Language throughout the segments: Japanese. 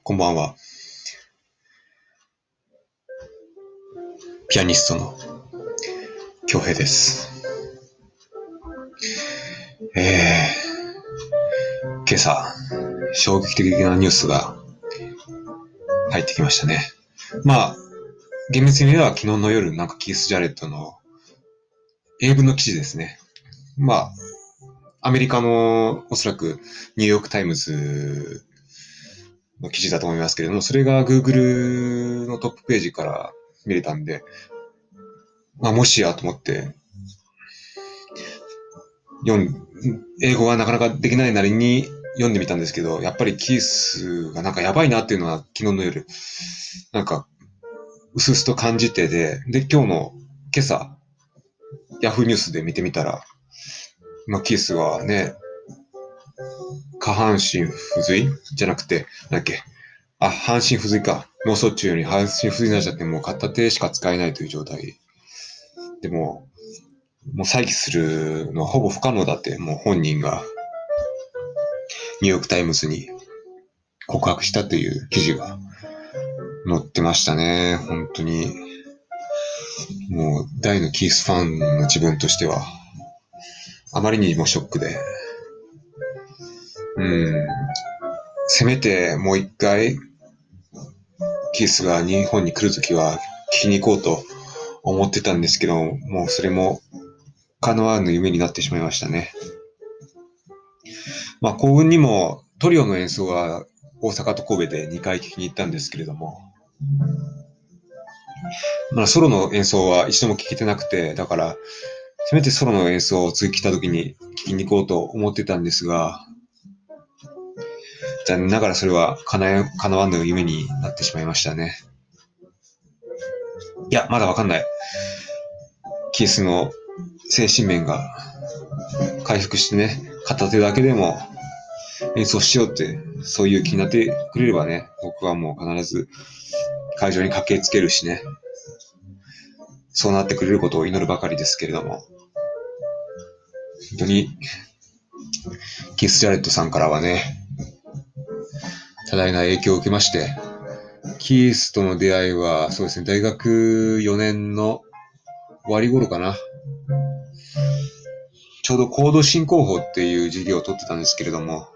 こんばんは。ピアニストの京平です。今朝、衝撃的なニュースが入ってきましたね。厳密に言えば昨日の夜、キース・ジャレットの英文の記事ですね。アメリカのおそらくニューヨークタイムズの記事だと思いますけれども、それが Google のトップページから見れたんで、もしやと思って英語がなかなかできないなりに読んでみたんですけど、やっぱりキースがやばいなっていうのは昨日の夜、うすうすと感じてで、今朝、ヤフーニュースで見てみたら、キースはね、下半身不随じゃなくて、半身不随か。脳卒中に半身不随になっちゃって、もう片手しか使えないという状態。でもう再起するのはほぼ不可能だって、もう本人がニューヨークタイムズに告白したという記事が載ってましたね。本当に。もう大のキースファンの自分としては、あまりにもショックで。せめてもう一回、キースが日本に来るときは聞きに行こうと思ってたんですけど、もうそれも叶わぬ夢になってしまいましたね。幸運にもトリオの演奏は大阪と神戸で2回聞きに行ったんですけれども、ソロの演奏は一度も聞けてなくて、だから、せめてソロの演奏を次来た時に聞きに行こうと思ってたんですが、残念ながらそれは叶わぬ夢になってしまいましたね。いや、まだわかんない。キースの精神面が回復してね、片手だけでも演奏しようって、そういう気になってくれればね、僕はもう必ず会場に駆けつけるしね、そうなってくれることを祈るばかりですけれども、本当に、キース・ジャレットさんからはね、多大な影響を受けまして、キースとの出会いは、そうですね、大学4年の終わり頃かな。ちょうどコード進行法っていう授業を取ってたんですけれども、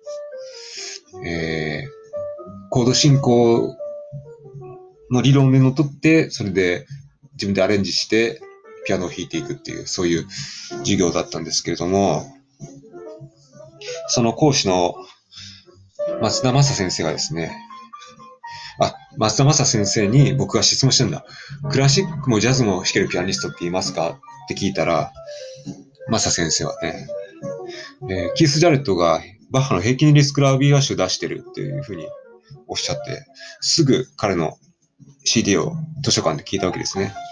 コード進行の理論にのっとって、それで自分でアレンジしてピアノを弾いていくっていう、そういう授業だったんですけれども、その講師の松田正先生がですね、松田正先生に僕が質問したんだ。クラシックもジャズも弾けるピアニストって言いますかって聞いたら、正先生はね、キース・ジャレットがバッハの平均リスクラビーア集出してるっていうふうにおっしゃって、すぐ彼の CD を図書館で聞いたわけですね。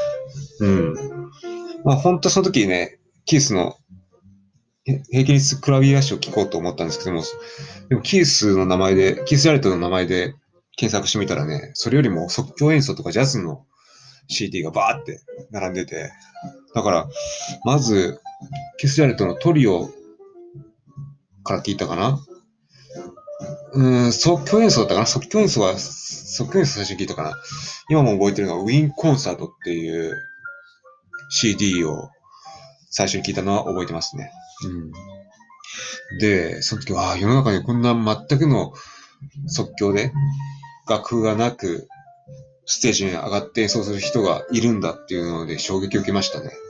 本当その時ね、キースの平均リスクラビーア集を聞こうと思ったんですけども、でもキース・ジャレットの名前で検索してみたらね、それよりも即興演奏とかジャズの CD がバーって並んでて、だから、まず、キース・ジャレットのトリオから聞いたかな。即興演奏だったかな。即興演奏最初に聞いたかな。今も覚えてるのはウィーンコンサートっていう CD を最初に聞いたのは覚えてますね。で、その時は、世の中にこんな全くの即興で楽譜がなくステージに上がって演奏する人がいるんだっていうので衝撃を受けましたね。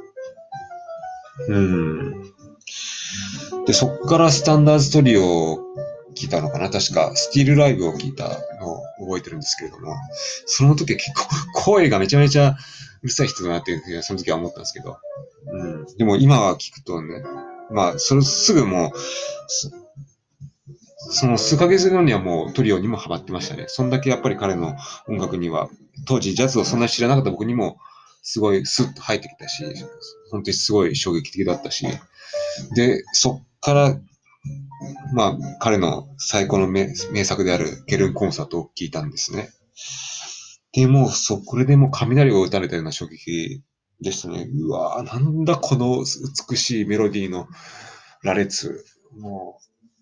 で、そっからスタンダーズトリオを聞いたのかな。確か、スティールライブを聞いたのを覚えてるんですけれども、その時は結構声がめちゃめちゃうるさい人だなっていうふうにその時は思ったんですけど、でも今は聞くとね、それすぐもう、その数ヶ月後にはもうトリオにもハマってましたね。そんだけやっぱり彼の音楽には、当時ジャズをそんなに知らなかった僕にも、すごいスッと入ってきたし、本当にすごい衝撃的だったし、で、そっから、彼の最高の名作であるゲルンコンサートを聞いたんですね。でも、これでもう雷を打たれたような衝撃でしたね。うわぁ、なんだこの美しいメロディーの羅列。もう、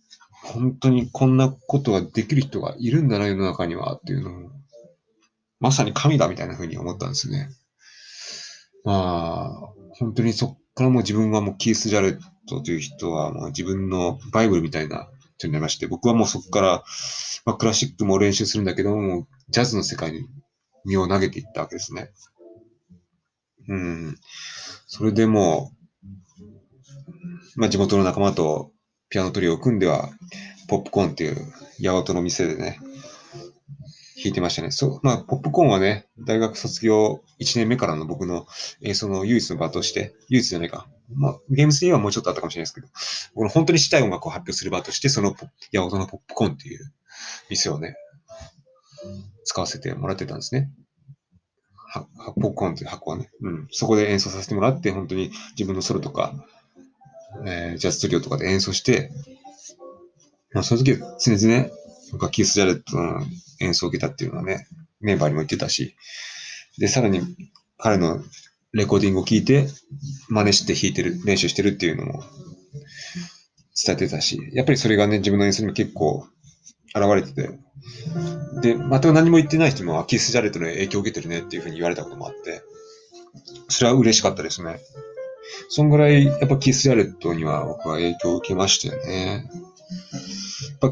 本当にこんなことができる人がいるんだな、世の中にはっていうのを、まさに神だみたいな風に思ったんですね。まあ、本当にそっからもう自分はもうキース・ジャレットという人はもう自分のバイブルみたいな人になりまして、僕はもうそこから、まあ、クラシックも練習するんだけども、ジャズの世界に身を投げていったわけですね。うん。それでもう、まあ、地元の仲間とピアノトリオを組んでは、ポップコーンっていう八百万の店でね、弾いてましたね。そう、まあ、ポップコーンはね、大学卒業1年目からの僕の演奏の唯一の場として、唯一じゃないか。まあ、ゲームスではもうちょっとあったかもしれないですけど、僕の本当にしたい音楽を発表する場として、その八百万のポップコーンっていう店をね、使わせてもらってたんですね。ポップコーンっていう箱はね。うん。そこで演奏させてもらって、本当に自分のソロとか、ジャズトリオとかで演奏して、まあ、その時は常々ね、僕はキース・ジャレットの演奏を受けたっていうのはね、メンバーにも言ってたし、で、さらに彼のレコーディングを聞いて、真似して弾いてる、練習してるっていうのも伝えてたし、やっぱりそれがね、自分の演奏にも結構現れてて、で、全く何も言ってない人も、キース・ジャレットの影響を受けてるねっていうふうに言われたこともあって、それは嬉しかったですね。そんぐらい、やっぱキース・ジャレットには僕は影響を受けましたよね。やっぱ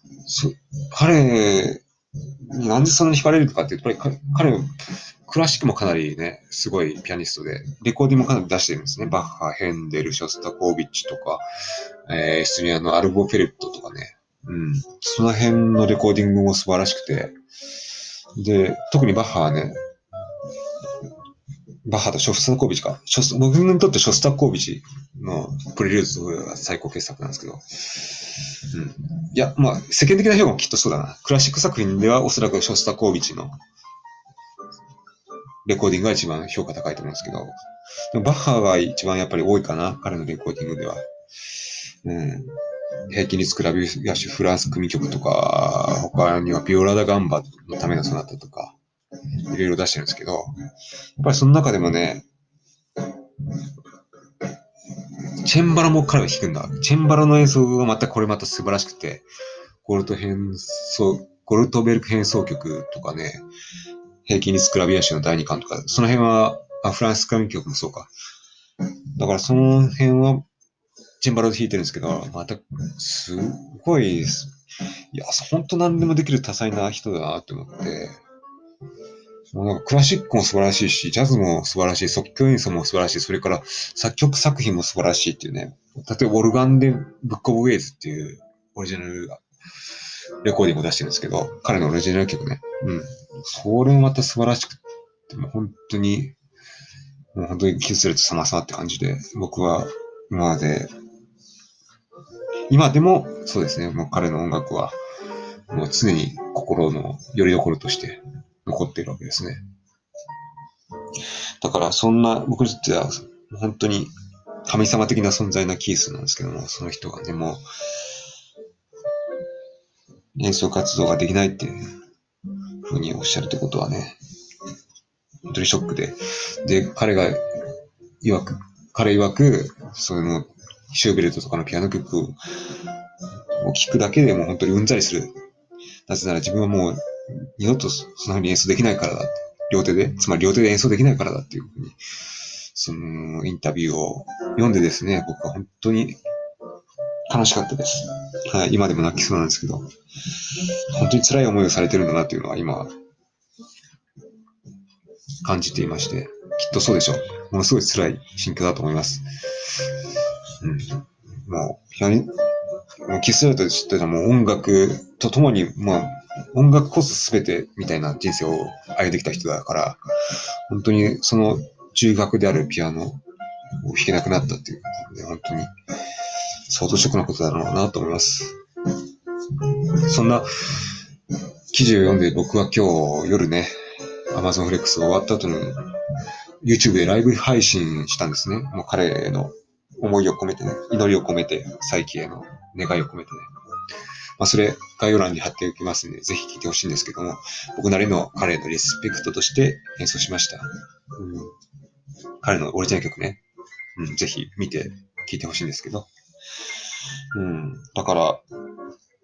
彼になんでそんなに惹かれるかっていうと、やっぱり彼のクラシックもかなりね、すごいピアニストで、レコーディングもかなり出してるんですね。バッハ、ヘンデル、ショスタコービッチとか、エストニアのアルボ・フェルトとかね。うん。その辺のレコーディングも素晴らしくて、で、特にバッハはね、バッハとショスタコービッチか。僕にとってショスタコービッチのプレリューズが最高傑作なんですけど、うん。いや、まあ、世間的な評価もきっとそうだな。クラシック作品ではおそらくショスタコービッチのレコーディングが一番評価高いと思うんですけど、でもバッハが一番やっぱり多いかな、彼のレコーディングでは。うん。平均率クラビアシュフランス組曲とか、他にはビオラダガンバのためのソナタとか、いろいろ出してるんですけど、やっぱりその中でもね、チェンバラも彼は弾くんだ。チェンバラの演奏がこれまた素晴らしくて、ゴルトベルク変奏曲とかね、平均率クラビアシュの第二巻とか、その辺は、フランス組曲もそうか。だからその辺は、チェンバラで弾いてるんですけど、また、すごい、いや、本当何でもできる多彩な人だなって思って、なんかクラシックも素晴らしいし、ジャズも素晴らしい、即興演奏も素晴らしい、それから作曲作品も素晴らしいっていうね。例えば、オルガンでブックオブウェイズっていうオリジナルレコーディングを出してるんですけど、彼のオリジナル曲ね。うん。それもまた素晴らしくて、もう本当にキスレット様々って感じで、僕は今まで、今でもそうですね、もう彼の音楽はもう常に心の拠り所として残っているわけですね。だからそんな僕にとっては本当に神様的な存在なキースなんですけども、その人がね、もう演奏活動ができないっていうふうにおっしゃるってことはね、本当にショックで。で、曰く、彼曰く、その、シューベルトとかのピアノ曲を聴くだけでも本当にうんざりする。なぜなら自分はもう二度とそんな風に演奏できないからだ。つまり両手で演奏できないからだっていうふうに、そのインタビューを読んでですね、僕は本当に楽しかったです。はい、今でも泣きそうなんですけど、本当に辛い思いをされてるんだなっていうのは今感じていまして、きっとそうでしょう。ものすごい辛い心境だと思います。うん。もうキスアウトしてたもう音楽とともに、まあ、音楽こそ全てみたいな人生を歩んできた人だから、本当にその中学であるピアノを弾けなくなったっていうことで、本当に相当ショックなことだろうなと思います。そんな記事を読んで僕は今日夜ね、Amazon フレックスが終わった後に YouTube でライブ配信したんですね。もう彼への思いを込めてね、祈りを込めて、再起への願いを込めてね。まあ、それ概要欄に貼っておきますので、ぜひ聴いてほしいんですけども、僕なりの彼へのリスペクトとして演奏しました。うん、彼のオリジナル曲ね、ぜひ見て聴いてほしいんですけど。だから、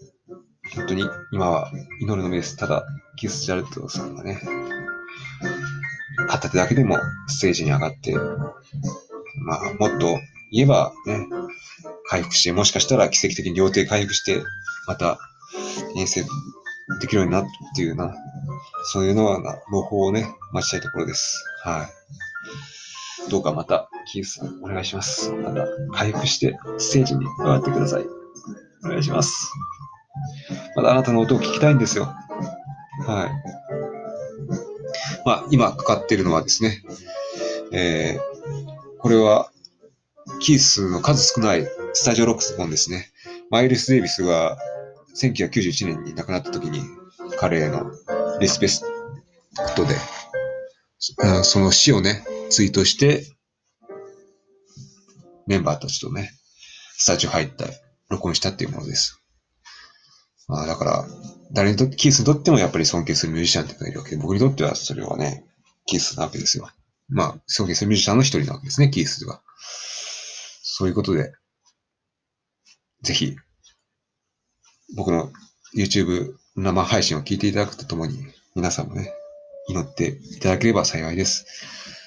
本当に今は祈るのみです。ただ、キース・ジャレットさんがね、片手だけでもステージに上がって、まあ、もっと言えばね、回復して、もしかしたら奇跡的に両手回復して、また遠征できるようになるっていうな、そういうのは朗報をね、待ちたいところです。はい。どうかまた、キースお願いします。また、回復して、ステージに上がってください。お願いします。まだあなたの音を聞きたいんですよ。はい。まあ、今かかっているのはですね、これは、キースの数少ないスタジオロックス本ですね。マイルス・デイビスが1991年に亡くなった時に、彼へのリスペクトで、その死をね、ツイートして、メンバーたちとね、スタジオ入った録音したっていうものです。まあ、だから、キースにとってもやっぱり尊敬するミュージシャンっていうのがいるわけで、僕にとってはそれはね、キースなわけですよ。まあ、尊敬するミュージシャンの一人なわけですね、キースが。そういうことで、ぜひ、僕の YouTube 生配信を聞いていただくとともに、皆さんもね、祈っていただければ幸いです。